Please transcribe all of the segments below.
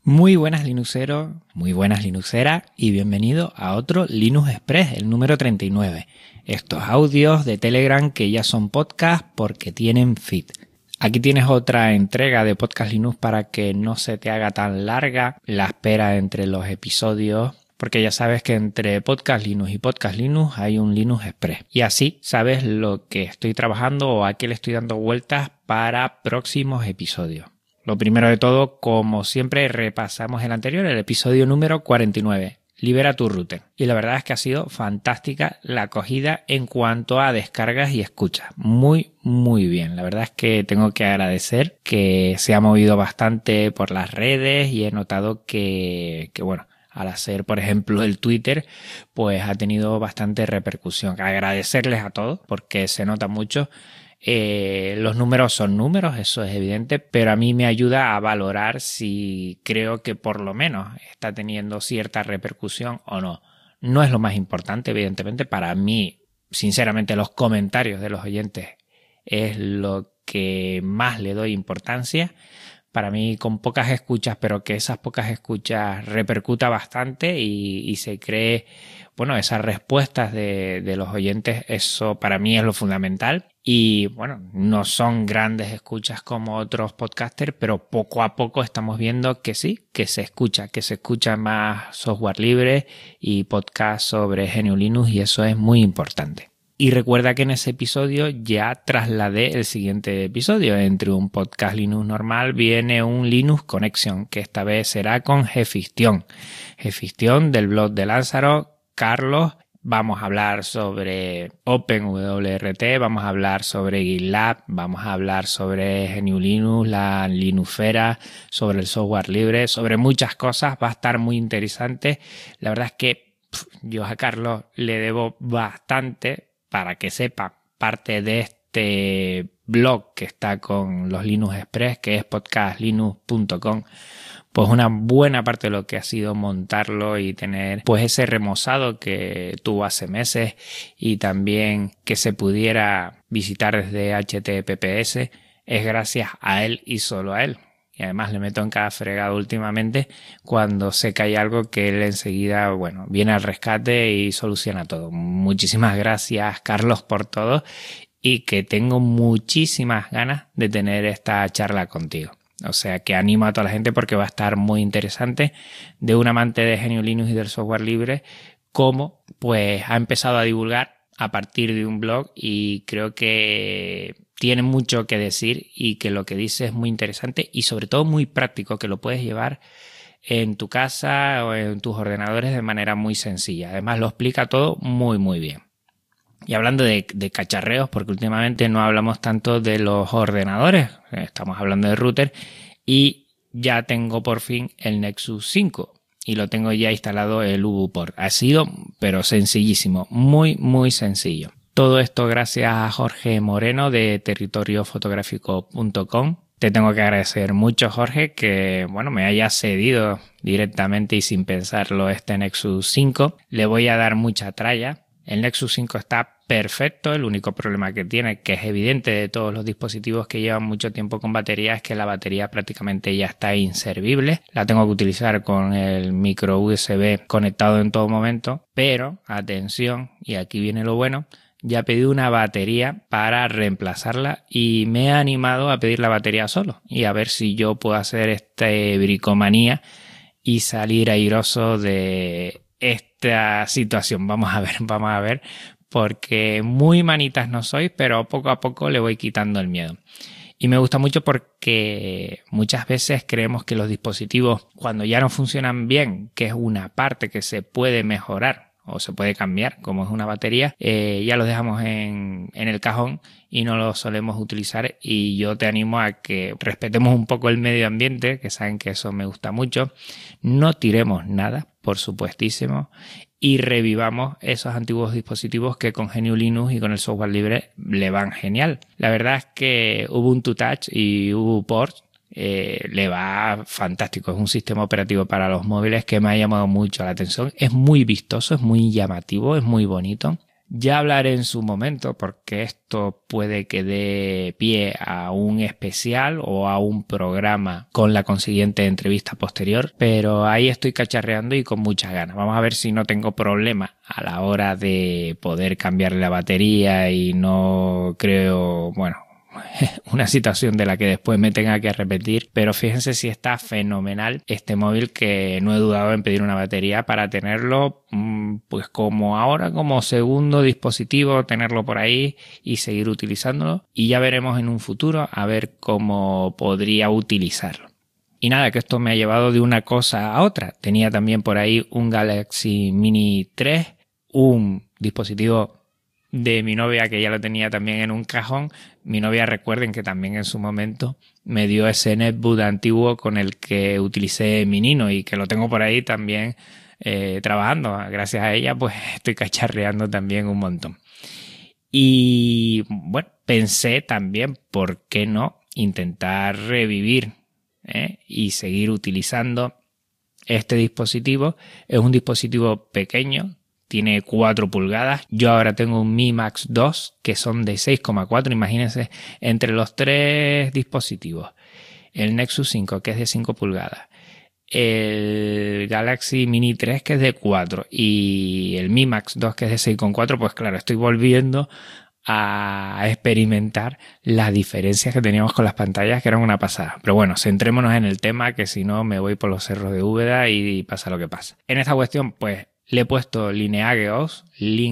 Muy buenas Linuxeros, muy buenas Linuxeras y bienvenido a otro Linux Express, el número 39. Estos audios de Telegram que ya son podcast porque tienen feed. Aquí tienes otra entrega de Podcast Linux para que no se te haga tan larga la espera entre los episodios, porque ya sabes que entre Podcast Linux y Podcast Linux hay un Linux Express. Y así sabes lo que estoy trabajando o a qué le estoy dando vueltas para próximos episodios. Lo primero de todo, como siempre, repasamos el anterior, el episodio número 49. Libera tu router. Y la verdad es que ha sido fantástica la acogida en cuanto a descargas y escuchas. Muy bien. La verdad es que tengo que agradecer que se ha movido bastante por las redes y he notado que bueno, al hacer, por ejemplo, el Twitter, pues ha tenido bastante repercusión. Agradecerles a todos porque se nota mucho. Los números son números, eso es evidente, pero a mí me ayuda a valorar si creo que por lo menos está teniendo cierta repercusión o no. No es lo más importante, evidentemente. Para mí, sinceramente, los comentarios de los oyentes es lo que más le doy importancia. Para mí, con pocas escuchas, pero que esas pocas escuchas repercuta bastante y se cree, bueno, esas respuestas de los oyentes, eso para mí es lo fundamental. Y bueno, no son grandes escuchas como otros podcasters, pero poco a poco estamos viendo que sí, que se escucha más software libre y podcast sobre GNU Linux, y eso es muy importante. Y recuerda que en ese episodio ya trasladé el siguiente episodio. Entre un podcast Linux normal viene un Linux Connection, que esta vez será con Gfiction. Gfiction del blog de Lázaro, Carlos. Vamos a hablar sobre OpenWRT, vamos a hablar sobre GitLab, vamos a hablar sobre GNU Linux, la Linuxfera, sobre el software libre, sobre muchas cosas. Va a estar muy interesante. La verdad es que yo a Carlos le debo bastante, para que sepa, parte de este blog que está con los Linux Express, que es podcastlinux.com. Pues una buena parte de lo que ha sido montarlo y tener pues ese remozado que tuvo hace meses, y también que se pudiera visitar desde HTTPS, es gracias a él y solo a él. Y además le meto en cada fregado últimamente cuando sé que hay algo que él enseguida, bueno, viene al rescate y soluciona todo. Muchísimas gracias, Carlos, por todo, y que tengo muchísimas ganas de tener esta charla contigo. O sea que animo a toda la gente porque va a estar muy interesante, de un amante de GNU Linux y del software libre, cómo pues ha empezado a divulgar a partir de un blog, y creo que tiene mucho que decir y que lo que dice es muy interesante y sobre todo muy práctico, que lo puedes llevar en tu casa o en tus ordenadores de manera muy sencilla. Además lo explica todo muy bien. Y hablando de cacharreos, porque últimamente no hablamos tanto de los ordenadores, estamos hablando de router, y ya tengo por fin el Nexus 5 y lo tengo ya instalado el UBUPort. Ha sido, pero sencillísimo, muy sencillo. Todo esto gracias a Jorge Moreno de territoriofotográfico.com. Te tengo que agradecer mucho, Jorge, que bueno, me haya cedido directamente y sin pensarlo este Nexus 5. Le voy a dar mucha tralla. El Nexus 5 está perfecto. El único problema que tiene, que es evidente de todos los dispositivos que llevan mucho tiempo con batería, es que la batería prácticamente ya está inservible. La tengo que utilizar con el micro USB conectado en todo momento. Pero, atención, y aquí viene lo bueno, ya pedí una batería para reemplazarla y me he animado a pedir la batería solo y a ver si yo puedo hacer bricomanía y salir airoso de esta situación. Vamos a ver, porque muy manitas no soy, pero poco a poco le voy quitando el miedo. Y me gusta mucho porque muchas veces creemos que los dispositivos, cuando ya no funcionan bien, que es una parte que se puede mejorar o se puede cambiar, como es una batería, ya los dejamos en el cajón y no los solemos utilizar. Y yo te animo a que respetemos un poco el medio ambiente, que saben que eso me gusta mucho. No tiremos nada, por supuestísimo, y revivamos esos antiguos dispositivos que con GNU Linux y con el software libre le van genial. La verdad es que Ubuntu Touch y UBUPort le va fantástico. Es un sistema operativo para los móviles que me ha llamado mucho la atención. Es muy vistoso, es muy llamativo, es muy bonito. Ya hablaré en su momento porque esto puede que dé pie a un especial o a un programa con la consiguiente entrevista posterior, pero ahí estoy cacharreando y con muchas ganas. Vamos a ver si no tengo problema a la hora de poder cambiarle la batería y no creo, una situación de la que después me tenga que repetir, pero fíjense si está fenomenal este móvil, que no he dudado en pedir una batería para tenerlo pues como ahora, como segundo dispositivo, tenerlo por ahí y seguir utilizándolo, y ya veremos en un futuro a ver cómo podría utilizarlo. Y nada, que esto me ha llevado de una cosa a otra. Tenía también por ahí un Galaxy Mini 3, un dispositivo de mi novia que ya lo tenía también en un cajón. Mi novia, recuerden que también en su momento me dio ese netbook antiguo con el que utilicé mi Nino y que lo tengo por ahí también trabajando. Gracias a ella pues estoy cacharreando también un montón. Y bueno, pensé también, ¿por qué no intentar revivir y seguir utilizando este dispositivo? Es un dispositivo pequeño, tiene 4 pulgadas. Yo ahora tengo un Mi Max 2 que son de 6,4. Imagínense, entre los 3 dispositivos, el Nexus 5 que es de 5 pulgadas, el Galaxy Mini 3 que es de 4 y el Mi Max 2 que es de 6,4, pues claro, estoy volviendo a experimentar las diferencias que teníamos con las pantallas, que eran una pasada. Pero bueno, centrémonos en el tema, que si no me voy por los cerros de Úbeda y pasa lo que pasa. En esta cuestión pues le he puesto Lineage OS,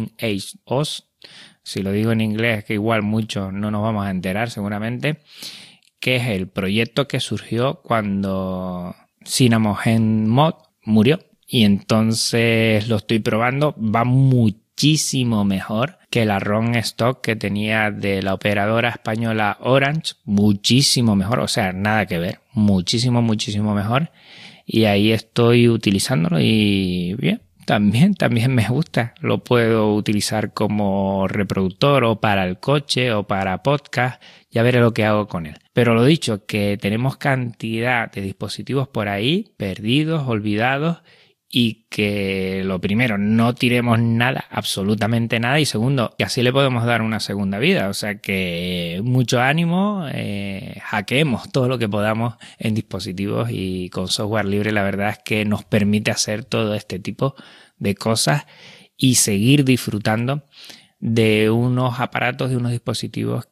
si lo digo en inglés, que igual muchos no nos vamos a enterar seguramente, que es el proyecto que surgió cuando CyanogenMod murió. Y entonces lo estoy probando, va muchísimo mejor que la ROM stock que tenía de la operadora española Orange, muchísimo mejor, o sea, nada que ver, muchísimo mejor. Y ahí estoy utilizándolo y bien. También me gusta, lo puedo utilizar como reproductor o para el coche o para podcast, ya veré lo que hago con él. Pero lo dicho, que tenemos cantidad de dispositivos por ahí, perdidos, olvidados, y que lo primero, no tiremos nada, absolutamente nada, y segundo, que así le podemos dar una segunda vida, o sea que mucho ánimo, hackeemos todo lo que podamos en dispositivos, y con software libre la verdad es que nos permite hacer todo este tipo de cosas y seguir disfrutando de unos aparatos, de unos dispositivos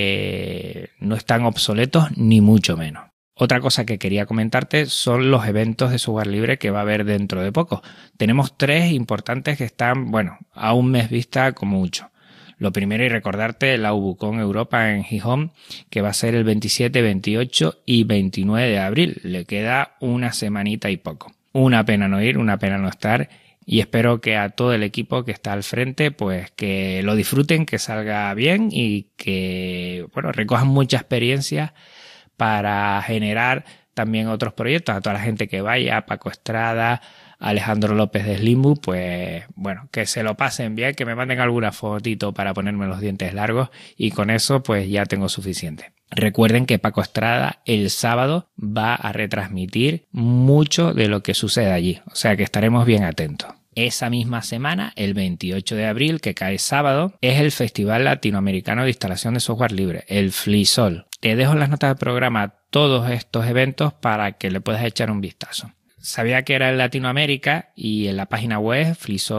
que no están obsoletos ni mucho menos. Otra cosa que quería comentarte son los eventos de software libre que va a haber dentro de poco. Tenemos 3 importantes que están, a un mes vista como mucho. Lo primero, y recordarte, la Ubucon Europa en Gijón, que va a ser el 27, 28 y 29 de abril. Le queda una semanita y poco. Una pena no ir, una pena no estar. Y espero que a todo el equipo que está al frente, pues que lo disfruten, que salga bien y que, recojan mucha experiencia para generar también otros proyectos. A toda la gente que vaya, a Paco Estrada, a Alejandro López de Slimbook, pues que se lo pasen bien, que me manden alguna fotito para ponerme los dientes largos, y con eso pues ya tengo suficiente. Recuerden que Paco Estrada el sábado va a retransmitir mucho de lo que sucede allí, o sea que estaremos bien atentos. Esa misma semana, el 28 de abril, que cae sábado, es el Festival Latinoamericano de Instalación de Software Libre, el FLISOL. Te dejo en las notas del programa todos estos eventos para que le puedas echar un vistazo. Sabía que era en Latinoamérica y en la página web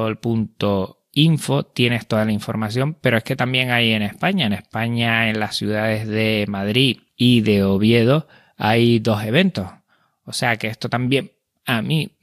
flisol.info tienes toda la información, pero es que también hay en España. En España, en las ciudades de Madrid y de Oviedo, hay 2 eventos. O sea que esto también a mí,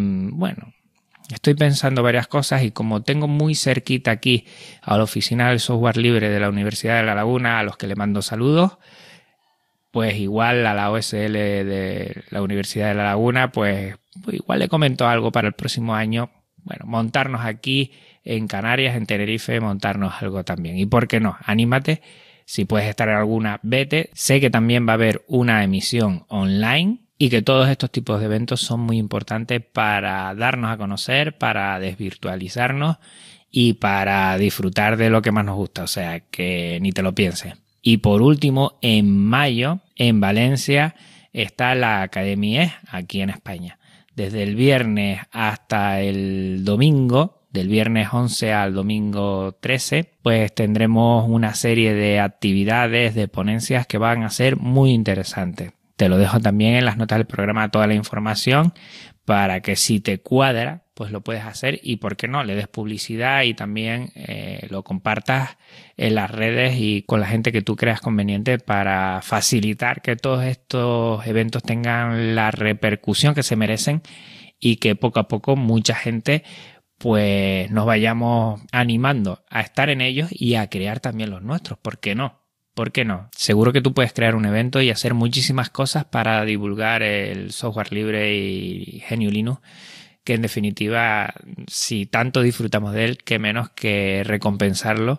estoy pensando varias cosas, y como tengo muy cerquita aquí a la oficina del software libre de la Universidad de La Laguna, a los que le mando saludos, pues igual a la OSL de la Universidad de La Laguna, pues igual le comento algo para el próximo año. Montarnos aquí en Canarias, en Tenerife, montarnos algo también. Y por qué no, anímate, si puedes estar en alguna, vete. Sé que también va a haber una emisión online y que todos estos tipos de eventos son muy importantes para darnos a conocer, para desvirtualizarnos y para disfrutar de lo que más nos gusta. O sea, que ni te lo pienses. Y por último, en mayo, en Valencia, está la Academia aquí en España. Desde el viernes hasta el domingo del viernes 11 al domingo 13, pues tendremos una serie de actividades, de ponencias que van a ser muy interesantes. Te lo dejo también en las notas del programa toda la información para que si te cuadra, pues lo puedes hacer y por qué no, le des publicidad y también lo compartas en las redes y con la gente que tú creas conveniente para facilitar que todos estos eventos tengan la repercusión que se merecen y que poco a poco mucha gente pues nos vayamos animando a estar en ellos y a crear también los nuestros. ¿Por qué no? ¿Por qué no? Seguro que tú puedes crear un evento y hacer muchísimas cosas para divulgar el software libre y GNU Linux, que en definitiva, si tanto disfrutamos de él, qué menos que recompensarlo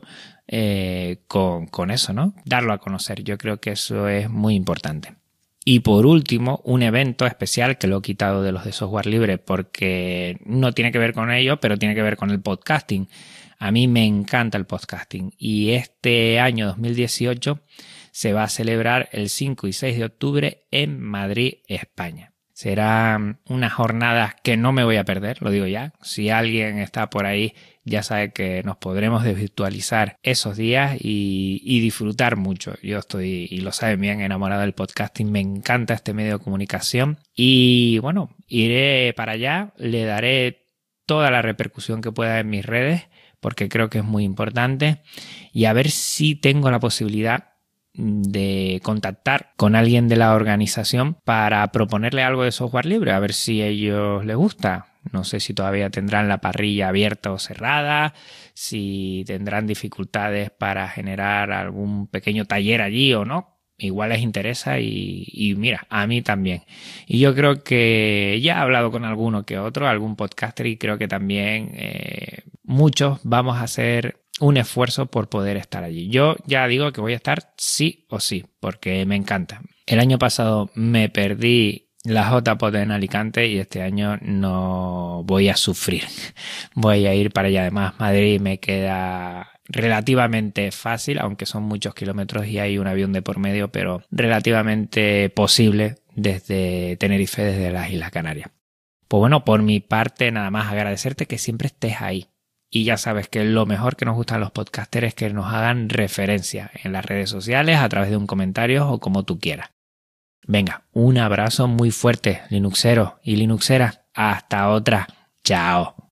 con eso, ¿no? Darlo a conocer. Yo creo que eso es muy importante. Y por último, un evento especial que lo he quitado de los de software libre porque no tiene que ver con ello, pero tiene que ver con el podcasting. A mí me encanta el podcasting y este año 2018 se va a celebrar el 5 y 6 de octubre en Madrid, España. Serán unas jornadas que no me voy a perder, lo digo ya. Si alguien está por ahí, ya sabe que nos podremos desvirtualizar esos días y disfrutar mucho. Yo estoy, y lo saben bien, enamorado del podcasting. Me encanta este medio de comunicación. Y bueno, iré para allá, le daré toda la repercusión que pueda en mis redes, porque creo que es muy importante. Y a ver si tengo la posibilidad de contactar con alguien de la organización para proponerle algo de software libre, a ver si a ellos les gusta. No sé si todavía tendrán la parrilla abierta o cerrada, si tendrán dificultades para generar algún pequeño taller allí o no. Igual les interesa y mira, a mí también. Y yo creo que ya he hablado con alguno que otro, algún podcaster, y creo que también muchos vamos a hacer un esfuerzo por poder estar allí. Yo ya digo que voy a estar sí o sí, porque me encanta. El año pasado me perdí la JPOD en Alicante y este año no voy a sufrir. Voy a ir para allá. Además, Madrid me queda relativamente fácil, aunque son muchos kilómetros y hay un avión de por medio, pero relativamente posible desde Tenerife, desde las Islas Canarias. Pues bueno, por mi parte nada más agradecerte que siempre estés ahí. Y ya sabes que lo mejor que nos gustan los podcasters es que nos hagan referencia en las redes sociales, a través de un comentario o como tú quieras. Venga, un abrazo muy fuerte, Linuxeros y Linuxeras. Hasta otra. Chao.